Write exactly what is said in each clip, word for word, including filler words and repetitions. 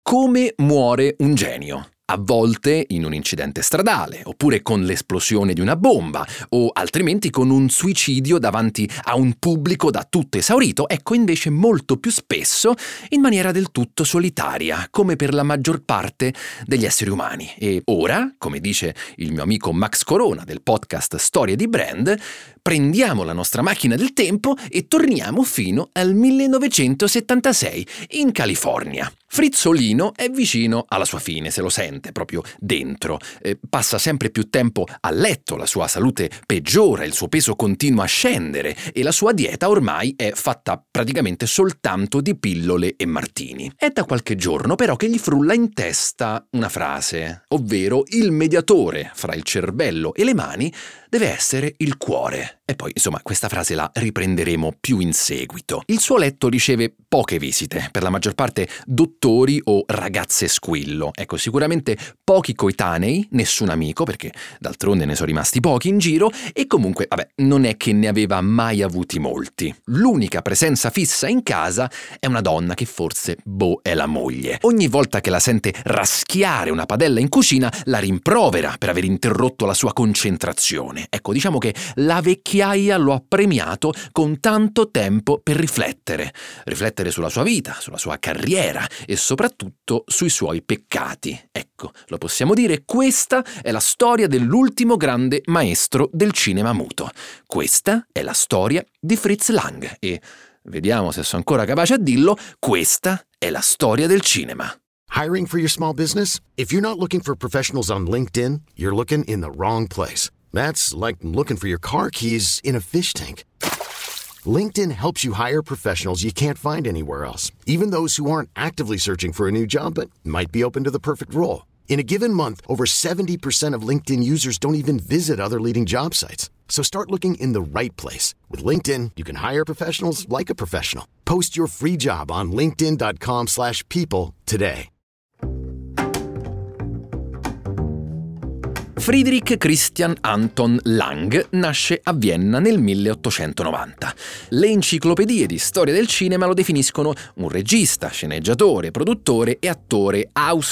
Come muore un genio? A volte in un incidente stradale, oppure con l'esplosione di una bomba, o altrimenti con un suicidio davanti a un pubblico da tutto esaurito, ecco invece molto più spesso in maniera del tutto solitaria, come per la maggior parte degli esseri umani. E ora, come dice il mio amico Max Corona del podcast Storie di Brand, prendiamo la nostra macchina del tempo e torniamo fino al millenovecentosettantasei in California. Frizzolino è vicino alla sua fine, se lo sente proprio dentro. Eh, passa sempre più tempo a letto, la sua salute peggiora, il suo peso continua a scendere e la sua dieta ormai è fatta praticamente soltanto di pillole e martini. È da qualche giorno però che gli frulla in testa una frase, ovvero il mediatore fra il cervello e le mani deve essere il cuore. E poi, insomma, questa frase la riprenderemo più in seguito. Il suo letto riceve poche visite, per la maggior parte dottori o ragazze squillo. Ecco, sicuramente pochi coetanei, nessun amico, perché d'altronde ne sono rimasti pochi in giro, e comunque, vabbè, non è che ne aveva mai avuti molti. L'unica presenza fissa in casa è una donna che forse, boh, è la moglie. Ogni volta che la sente raschiare una padella in cucina, la rimprovera per aver interrotto la sua concentrazione. Ecco, diciamo che la vecchiaia lo ha premiato con tanto tempo per riflettere. Riflettere sulla sua vita, sulla sua carriera e soprattutto sui suoi peccati. Ecco, lo possiamo dire, questa è la storia dell'ultimo grande maestro del cinema muto. Questa è la storia di Fritz Lang e, vediamo se sono ancora capace a dirlo, questa è la storia del cinema. Hiring for your small business? If you're not looking for professionals on LinkedIn, you're looking in the wrong place. That's like looking for your car keys in a fish tank. LinkedIn helps you hire professionals you can't find anywhere else, even those who aren't actively searching for a new job but might be open to the perfect role. In a given month, over seventy percent of LinkedIn users don't even visit other leading job sites. So start looking in the right place. With LinkedIn, you can hire professionals like a professional. Post your free job on linkedin dot com slash people today. Friedrich Christian Anton Lang nasce a Vienna nel milleottocentonovanta. Le enciclopedie di storia del cinema lo definiscono un regista, sceneggiatore, produttore e attore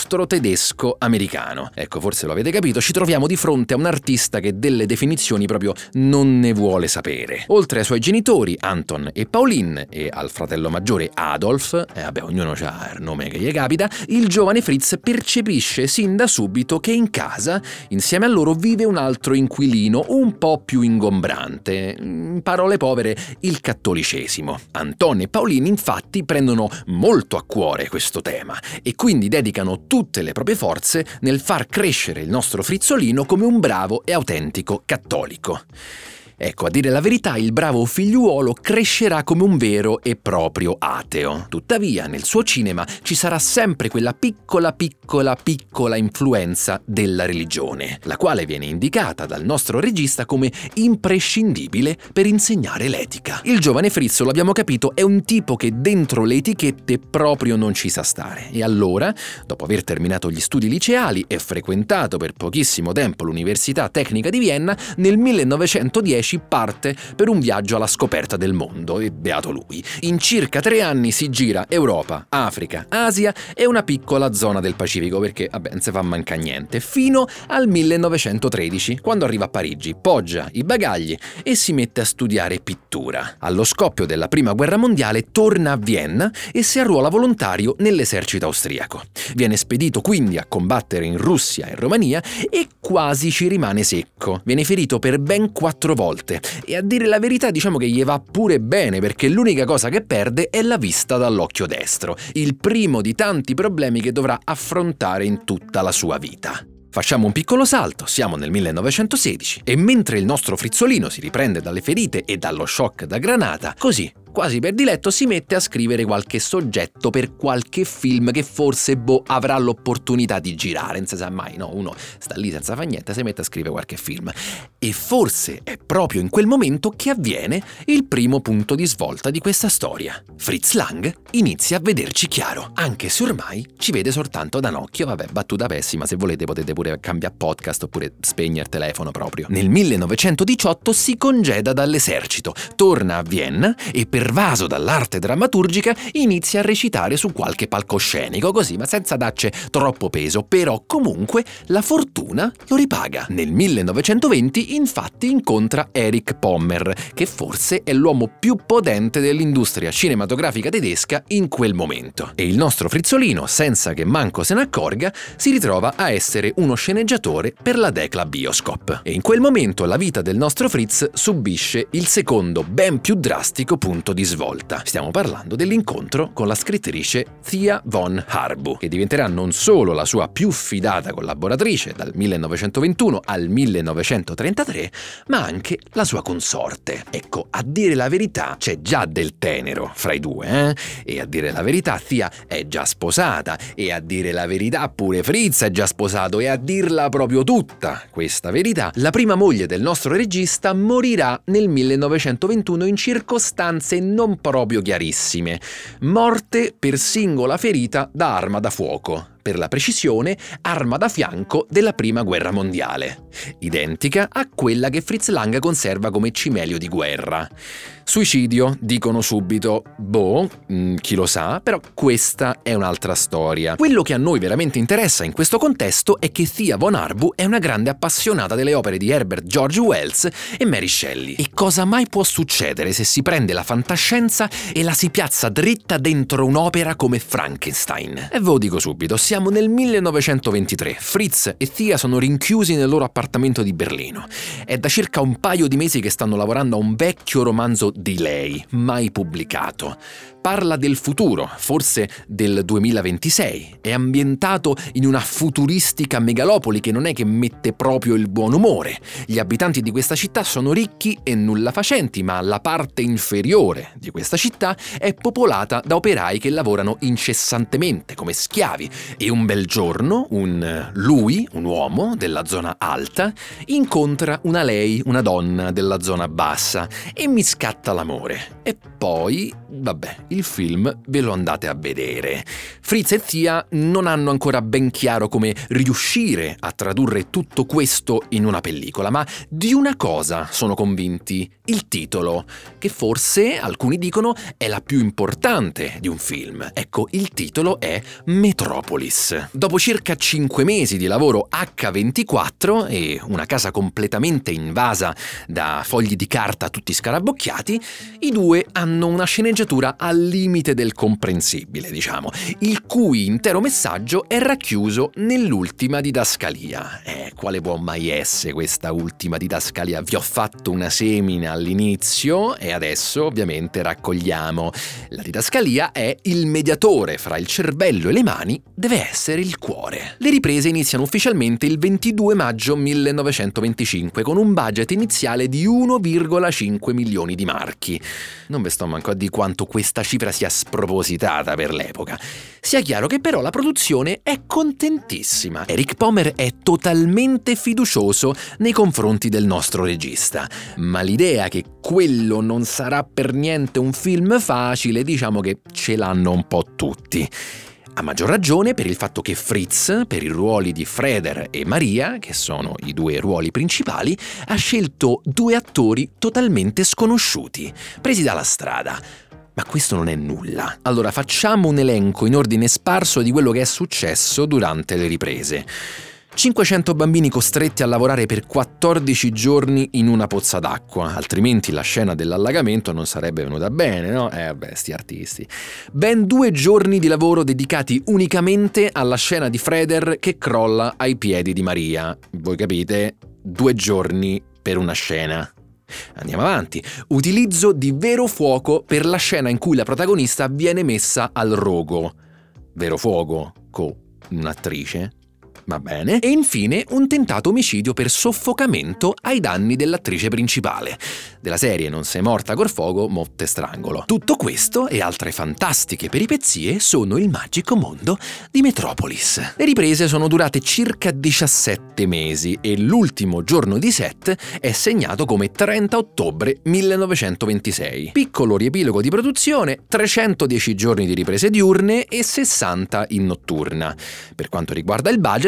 austro-tedesco-americano. Ecco, forse lo avete capito, ci troviamo di fronte a un artista che delle definizioni proprio non ne vuole sapere. Oltre ai suoi genitori, Anton e Pauline, e al fratello maggiore Adolf, e vabbè, ognuno ha il nome che gli capita, il giovane Fritz percepisce sin da subito che in casa, insieme a loro, vive un altro inquilino un po' più ingombrante, in parole povere il cattolicesimo. Anton e Pauline infatti prendono molto a cuore questo tema e quindi dedicano tutte le proprie forze nel far crescere il nostro frizzolino come un bravo e autentico cattolico. Ecco, a dire la verità, il bravo figliuolo crescerà come un vero e proprio ateo. Tuttavia, nel suo cinema ci sarà sempre quella piccola, piccola, piccola influenza della religione, la quale viene indicata dal nostro regista come imprescindibile per insegnare l'etica. Il giovane Fritz, lo abbiamo capito, è un tipo che dentro le etichette proprio non ci sa stare. E allora, dopo aver terminato gli studi liceali e frequentato per pochissimo tempo l'Università Tecnica di Vienna, nel millenovecentodieci parte per un viaggio alla scoperta del mondo e beato lui. In circa tre anni si gira Europa, Africa, Asia e una piccola zona del Pacifico perché, vabbè, non si fa manca niente, fino al millenovecentotredici, quando arriva a Parigi, poggia i bagagli e si mette a studiare pittura. Allo scoppio della Prima Guerra Mondiale torna a Vienna e si arruola volontario nell'esercito austriaco. Viene spedito quindi a combattere in Russia e Romania e quasi ci rimane secco. Viene ferito per ben quattro volte. E a dire la verità diciamo che gli va pure bene perché l'unica cosa che perde è la vista dall'occhio destro, il primo di tanti problemi che dovrà affrontare in tutta la sua vita. Facciamo un piccolo salto, siamo nel millenovecentosedici e mentre il nostro frizzolino si riprende dalle ferite e dallo shock da granata, così, quasi per diletto, si mette a scrivere qualche soggetto per qualche film che forse boh avrà l'opportunità di girare, non si sa mai, no? Uno sta lì senza fare niente, si mette a scrivere qualche film. E forse è proprio in quel momento che avviene il primo punto di svolta di questa storia. Fritz Lang inizia a vederci chiaro, anche se ormai ci vede soltanto da un occhio. Vabbè, battuta pessima, se volete potete pure cambiare podcast oppure spegnere il telefono proprio. Nel millenovecentodiciotto si congeda dall'esercito, torna a Vienna e per pervaso dall'arte drammaturgica, inizia a recitare su qualche palcoscenico, così, ma senza darci troppo peso, però comunque la fortuna lo ripaga. Nel millenovecentoventi infatti incontra Erich Pommer, che forse è l'uomo più potente dell'industria cinematografica tedesca in quel momento. E il nostro frizzolino, senza che manco se ne accorga, si ritrova a essere uno sceneggiatore per la Decla Bioscoop. E in quel momento la vita del nostro Fritz subisce il secondo, ben più drastico punto di svolta. Stiamo parlando dell'incontro con la scrittrice Thea von Harbu, che diventerà non solo la sua più fidata collaboratrice dal millenovecentoventuno al millenovecentotrentatré, ma anche la sua consorte. Ecco, a dire la verità c'è già del tenero fra i due, eh? E a dire la verità Thea è già sposata, e a dire la verità pure Fritz è già sposato, e a dirla proprio tutta questa verità, la prima moglie del nostro regista morirà nel millenovecentoventuno in circostanze non proprio chiarissime. Morte per singola ferita da arma da fuoco. Per la precisione, arma da fianco della Prima Guerra Mondiale, identica a quella che Fritz Lang conserva come cimelio di guerra. Suicidio, dicono subito. Boh, mh, chi lo sa, però questa è un'altra storia. Quello che a noi veramente interessa in questo contesto è che Thea von Harbu è una grande appassionata delle opere di Herbert George Wells e Mary Shelley. E cosa mai può succedere se si prende la fantascienza e la si piazza dritta dentro un'opera come Frankenstein? E ve lo dico subito, siamo nel millenovecentoventitré. Fritz e Thea sono rinchiusi nel loro appartamento di Berlino. È da circa un paio di mesi che stanno lavorando a un vecchio romanzo di lei, mai pubblicato. Parla del futuro, forse del duemilaventisei. È ambientato in una futuristica megalopoli che non è che mette proprio il buon umore. Gli abitanti di questa città sono ricchi e nulla facenti, ma la parte inferiore di questa città è popolata da operai che lavorano incessantemente come schiavi. E un bel giorno, un lui, un uomo della zona alta, incontra una lei, una donna della zona bassa, e mi scatta l'amore. E poi, vabbè, il film ve lo andate a vedere. Fritz e Thea non hanno ancora ben chiaro come riuscire a tradurre tutto questo in una pellicola, ma di una cosa sono convinti: il titolo, che forse alcuni dicono è la più importante di un film. Ecco, il titolo è Metropolis. Dopo circa cinque mesi di lavoro acca ventiquattro e una casa completamente invasa da fogli di carta tutti scarabocchiati, i due hanno una sceneggiatura al limite del comprensibile, diciamo, il cui intero messaggio è racchiuso nell'ultima didascalia. Eh, quale può mai essere questa ultima didascalia? Vi ho fatto una semina all'inizio e adesso ovviamente raccogliamo. La didascalia è: il mediatore fra il cervello e le mani deve essere il cuore. Le riprese iniziano ufficialmente il ventidue maggio millenovecentoventicinque con un budget iniziale di uno virgola cinque milioni di marchi. Non ve sto manco a di quanto questa cifra sia spropositata per l'epoca. Sia chiaro che però la produzione è contentissima. Erich Pommer è totalmente fiducioso nei confronti del nostro regista, ma l'idea che quello non sarà per niente un film facile, diciamo che ce l'hanno un po' tutti. A maggior ragione per il fatto che Fritz, per i ruoli di Freder e Maria, che sono i due ruoli principali, ha scelto due attori totalmente sconosciuti, presi dalla strada. Ma questo non è nulla. Allora facciamo un elenco in ordine sparso di quello che è successo durante le riprese. cinquecento bambini costretti a lavorare per quattordici giorni in una pozza d'acqua, altrimenti la scena dell'allagamento non sarebbe venuta bene, no? Eh vabbè, sti artisti. Ben due giorni di lavoro dedicati unicamente alla scena di Freder che crolla ai piedi di Maria. Voi capite? Due giorni per una scena. Andiamo avanti. Utilizzo di vero fuoco per la scena in cui la protagonista viene messa al rogo. Vero fuoco con un'attrice? Va bene. E infine un tentato omicidio per soffocamento ai danni dell'attrice principale. Della serie Non sei morta col fuoco, mo te strangolo. Tutto questo e altre fantastiche peripezie sono il magico mondo di Metropolis. Le riprese sono durate circa diciassette mesi e l'ultimo giorno di set è segnato come trenta ottobre millenovecentoventisei. Piccolo riepilogo di produzione, trecentodieci giorni di riprese diurne e sessanta in notturna. Per quanto riguarda il budget,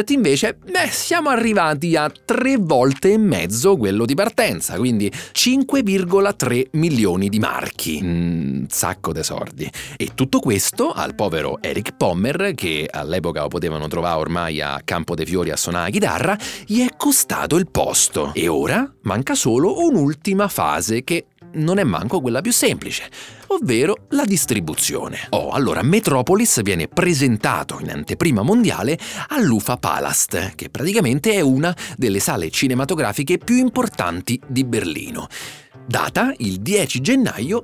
budget invece, beh, siamo arrivati a tre volte e mezzo quello di partenza, quindi cinque virgola tre milioni di marchi. Un sacco di soldi. E tutto questo al povero Eric Pommer, che all'epoca lo potevano trovare ormai a Campo dei Fiori a suonare la chitarra, gli è costato il posto. E ora manca solo un'ultima fase che non è manco quella più semplice, ovvero la distribuzione. Oh, allora Metropolis viene presentato in anteprima mondiale all'U F A Palast, che praticamente è una delle sale cinematografiche più importanti di Berlino. Data il dieci gennaio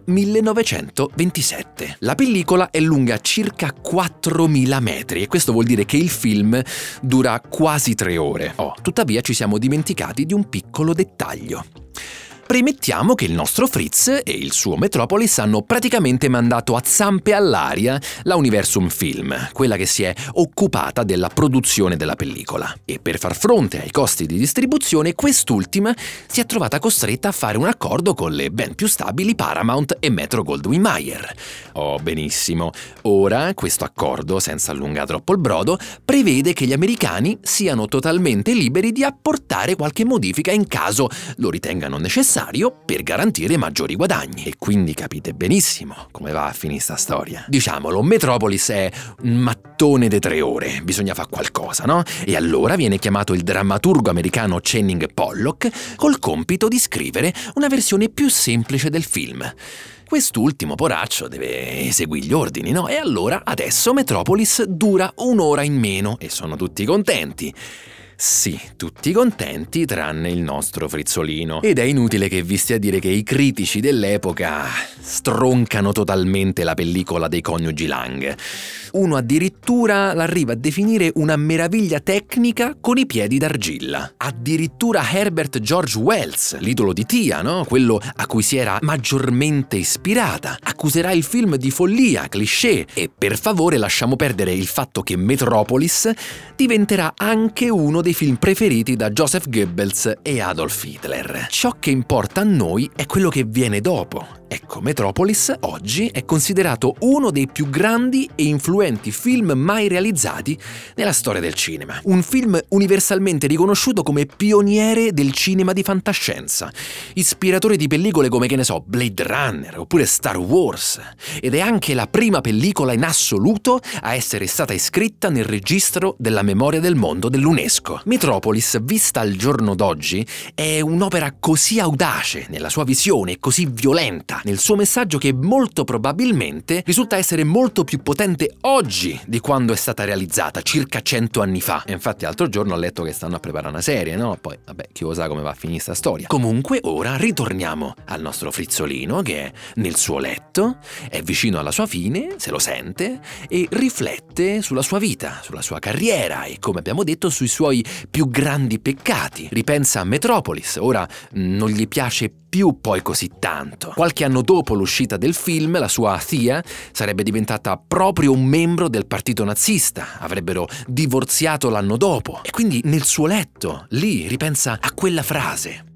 millenovecentoventisette. La pellicola è lunga circa quattromila metri e questo vuol dire che il film dura quasi tre ore. Oh, tuttavia ci siamo dimenticati di un piccolo dettaglio. Premettiamo che il nostro Fritz e il suo Metropolis hanno praticamente mandato a zampe all'aria la Universum Film, quella che si è occupata della produzione della pellicola. E per far fronte ai costi di distribuzione, quest'ultima si è trovata costretta a fare un accordo con le ben più stabili Paramount e Metro-Goldwyn-Mayer. Oh, benissimo. Ora questo accordo, senza allungare troppo il brodo, prevede che gli americani siano totalmente liberi di apportare qualche modifica in caso lo ritengano necessario per garantire maggiori guadagni. E quindi capite benissimo come va a finire sta storia. Diciamolo, Metropolis è un mattone di tre ore, bisogna fare qualcosa, no? E allora viene chiamato il drammaturgo americano Channing Pollock col compito di scrivere una versione più semplice del film. Quest'ultimo poraccio deve eseguire gli ordini, no? E allora adesso Metropolis dura un'ora in meno e sono tutti contenti. Sì, tutti contenti tranne il nostro Frizzolino. Ed è inutile che vi stia a dire che i critici dell'epoca stroncano totalmente la pellicola dei coniugi Lang. Uno addirittura l'arriva a definire una meraviglia tecnica con i piedi d'argilla. Addirittura Herbert George Wells, l'idolo di Tia, no? Quello a cui si era maggiormente ispirata, accuserà il film di follia, cliché, e per favore lasciamo perdere il fatto che Metropolis diventerà anche uno dei film preferiti da Joseph Goebbels e Adolf Hitler. Ciò che importa a noi è quello che viene dopo. Ecco, Metropolis oggi è considerato uno dei più grandi e influenti film mai realizzati nella storia del cinema. Un film universalmente riconosciuto come pioniere del cinema di fantascienza, ispiratore di pellicole come, che ne so, Blade Runner oppure Star Wars, ed è anche la prima pellicola in assoluto a essere stata iscritta nel registro della memoria del mondo dell'UNESCO. Metropolis, vista al giorno d'oggi, è un'opera così audace nella sua visione e così violenta nel suo messaggio che molto probabilmente risulta essere molto più potente oggi di quando è stata realizzata, circa cento anni fa. E infatti l'altro giorno ho letto che stanno a preparare una serie, no? Poi, vabbè, chi lo sa come va a finire sta storia. Comunque ora ritorniamo al nostro Frizzolino che è nel suo letto, è vicino alla sua fine, se lo sente, e riflette sulla sua vita, sulla sua carriera e, come abbiamo detto, sui suoi più grandi peccati. Ripensa a Metropolis, ora non gli piace più poi così tanto. Qualche anno dopo l'uscita del film, la sua Thea sarebbe diventata proprio un membro del partito nazista, avrebbero divorziato l'anno dopo e quindi nel suo letto, lì, ripensa a quella frase: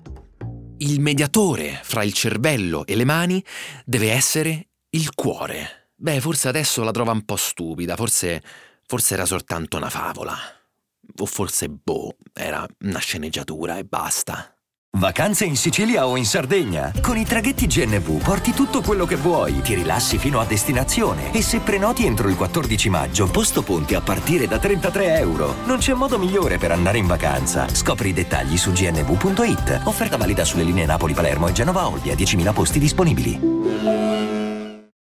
il mediatore fra il cervello e le mani deve essere il cuore. Beh, forse adesso la trova un po' stupida, forse, forse era soltanto una favola. O forse, boh, era una sceneggiatura e basta. Vacanze in Sicilia o in Sardegna? Con i traghetti G N V porti tutto quello che vuoi, ti rilassi fino a destinazione e se prenoti entro il quattordici maggio, posto ponti a partire da trentatré euro. Non c'è modo migliore per andare in vacanza. Scopri i dettagli su g n v punto i t. Offerta valida sulle linee Napoli-Palermo e Genova-Olbia, diecimila posti disponibili.